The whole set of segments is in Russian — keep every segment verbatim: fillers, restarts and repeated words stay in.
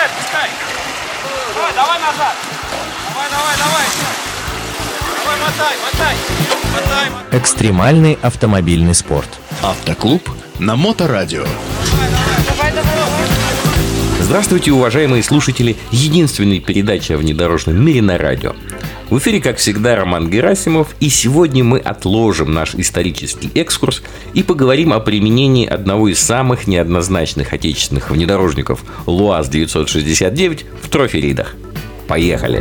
отпускай. Давай, давай назад. Давай, давай, давай. Давай, мотай, мотай. Мотай, мотай. Экстремальный автомобильный спорт. Автоклуб на Моторадио. Давай, давай, давай, давай. Здравствуйте, уважаемые слушатели единственной передачи о внедорожном мире на радио. В эфире, как всегда, Роман Герасимов, и сегодня мы отложим наш исторический экскурс и поговорим о применении одного из самых неоднозначных отечественных внедорожников ЛуАЗ девятьсот шестьдесят девять в трофи-ридах. Поехали!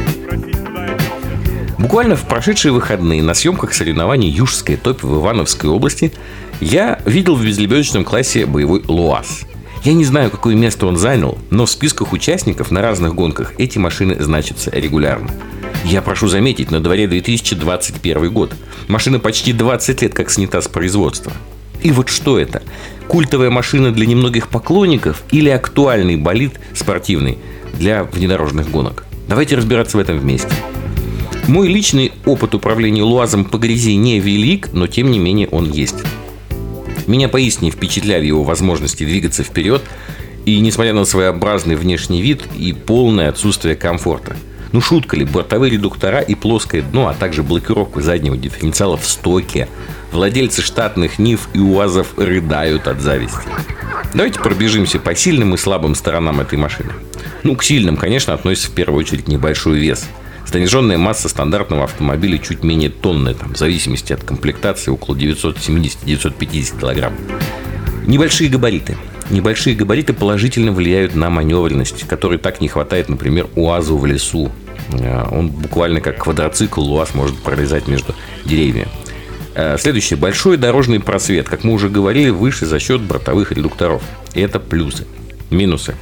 Буквально в прошедшие выходные на съемках соревнований Южской топи в Ивановской области я видел в безлебедочном классе боевой ЛуАЗ. Я не знаю, какое место он занял, но в списках участников на разных гонках эти машины значатся регулярно. Я прошу заметить, на дворе две тысячи двадцать первый год. Машина почти двадцать лет как снята с производства. И вот что это? Культовая машина для немногих поклонников или актуальный болид спортивный для внедорожных гонок? Давайте разбираться в этом вместе. Мой личный опыт управления ЛуАЗом по грязи не велик, но тем не менее он есть. Меня поистине впечатляли его возможности двигаться вперед, и несмотря на своеобразный внешний вид и полное отсутствие комфорта. Ну шутка ли, бортовые редуктора и плоское дно, а также блокировка заднего дифференциала в стоке. Владельцы штатных Нив и УАЗов рыдают от зависти. Давайте пробежимся по сильным и слабым сторонам этой машины. Ну, к сильным, конечно, относится в первую очередь небольшой вес. Снаряженная масса стандартного автомобиля чуть менее тонны, там, в зависимости от комплектации, около девятьсот семьдесят - девятьсот пятьдесят килограмм. Небольшие габариты. Небольшие габариты положительно влияют на маневренность, которой так не хватает, например, УАЗу в лесу. Он буквально как квадроцикл ЛуАЗ может пролезать между деревьями. Следующее. Большой дорожный просвет, как мы уже говорили, выше за счет бортовых редукторов. Это плюсы. Минусы.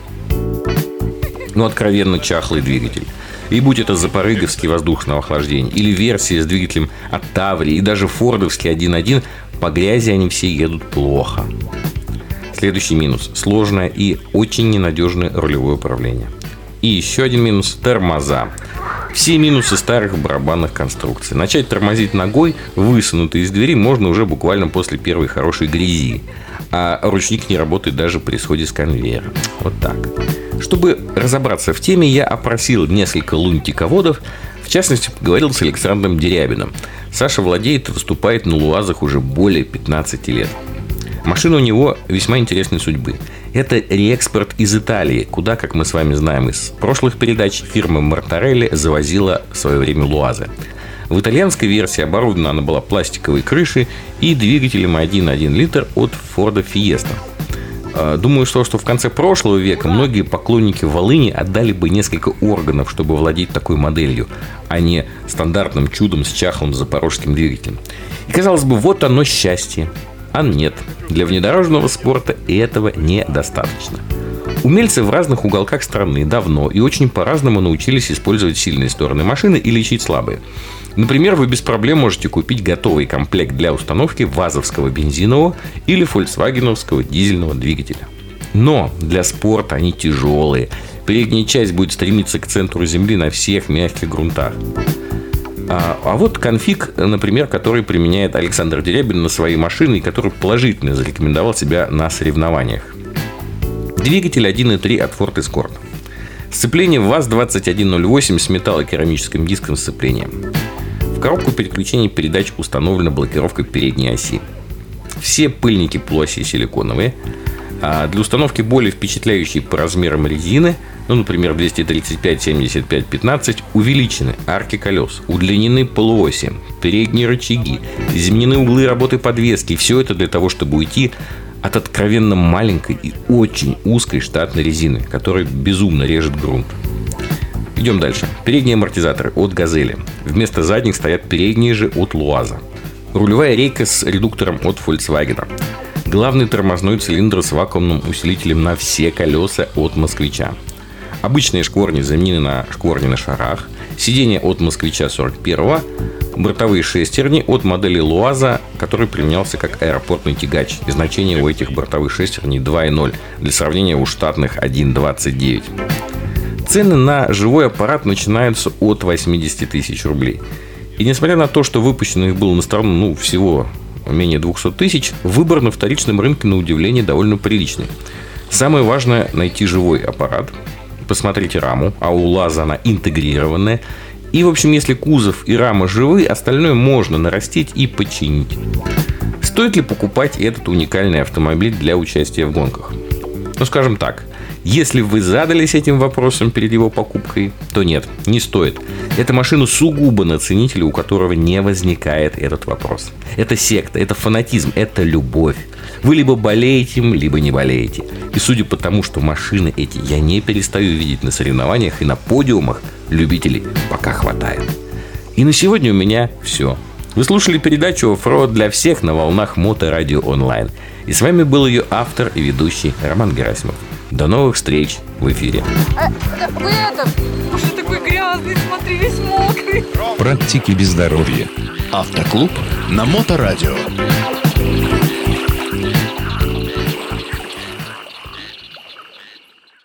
Ну, откровенно чахлый двигатель. И будь это запорыговский воздушного охлаждения, или версия с двигателем от Таврии, и даже фордовский один один, по грязи они все едут плохо. Следующий минус. Сложное и очень ненадежное рулевое управление. И еще один минус – тормоза. Все минусы старых барабанных конструкций. Начать тормозить ногой, высунутой из двери, можно уже буквально после первой хорошей грязи. А ручник не работает даже при сходе с конвейера. Вот так. Чтобы разобраться в теме, я опросил несколько лунтиководов. В частности, поговорил с Александром Дерябиным. Саша владеет и выступает на ЛуАЗах уже более пятнадцати лет. Машина у него весьма интересной судьбы. Это реэкспорт из Италии, куда, как мы с вами знаем из прошлых передач, фирма Мартарелли завозила в свое время ЛуАЗы. В итальянской версии оборудована она была пластиковой крышей и двигателем один и один литр от Форда Фиеста. Думаю, что, что в конце прошлого века многие поклонники Волыни отдали бы несколько органов, чтобы владеть такой моделью, а не стандартным чудом с чахлым запорожским двигателем. И казалось бы, вот оно счастье. А нет, для внедорожного спорта этого недостаточно. Умельцы в разных уголках страны давно и очень по-разному научились использовать сильные стороны машины и лечить слабые. Например, вы без проблем можете купить готовый комплект для установки вазовского бензинового или фольксвагеновского дизельного двигателя. Но для спорта они тяжелые. Передняя часть будет стремиться к центру земли на всех мягких грунтах. А, а вот конфиг, например, который применяет Александр Дерябин на своей машине и который положительно зарекомендовал себя на соревнованиях. Двигатель один и три от Ford Escort. Сцепление ВАЗ двадцать один ноль восемь с металлокерамическим диском сцепления. В коробку переключения передач установлена блокировка передней оси. Все пыльники полуоси силиконовые. А для установки более впечатляющей по размерам резины, ну, например, двести тридцать пять семьдесят пять пятнадцать, увеличены арки колес, удлинены полуоси, передние рычаги, изменены углы работы подвески. Все это для того, чтобы уйти от откровенно маленькой и очень узкой штатной резины, которая безумно режет грунт. Идем дальше. Передние амортизаторы от Газели. Вместо задних стоят передние же от ЛуАЗа. Рулевая рейка с редуктором от Volkswagen. Главный тормозной цилиндр с вакуумным усилителем на все колеса от Москвича. Обычные шкворни заменены на шкворни на шарах. Сиденья от Москвича сорок первого. Бортовые шестерни от модели ЛуАЗа, который применялся как аэропортный тягач. И значение у этих бортовых шестерней два и ноль. Для сравнения, у штатных один двадцать девять. Цены на живой аппарат начинаются от восемьдесят тысяч рублей. И несмотря на то, что выпущено их было на страну ну, всего менее двести тысяч, выбор на вторичном рынке, на удивление, довольно приличный. Самое важное – найти живой аппарат, посмотрите раму, а у ЛАЗа она интегрированная. И, в общем, если кузов и рама живы, остальное можно нарастить и починить. Стоит ли покупать этот уникальный автомобиль для участия в гонках? Ну, скажем так, если вы задались этим вопросом перед его покупкой, то нет, не стоит. Это машина сугубо на ценителя, у которого не возникает этот вопрос. Это секта, это фанатизм, это любовь. Вы либо болеете им, либо не болеете. И судя по тому, что машины эти я не перестаю видеть на соревнованиях и на подиумах, любителей пока хватает. И на сегодня у меня все. Вы слушали передачу «Оффроуд для всех» на волнах Моторадио онлайн. И с вами был ее автор и ведущий Роман Герасимов. До новых встреч в эфире. А, вы это, уже такой грязный, смотри, весь мокрый. Практики без здоровья. Автоклуб на Моторадио.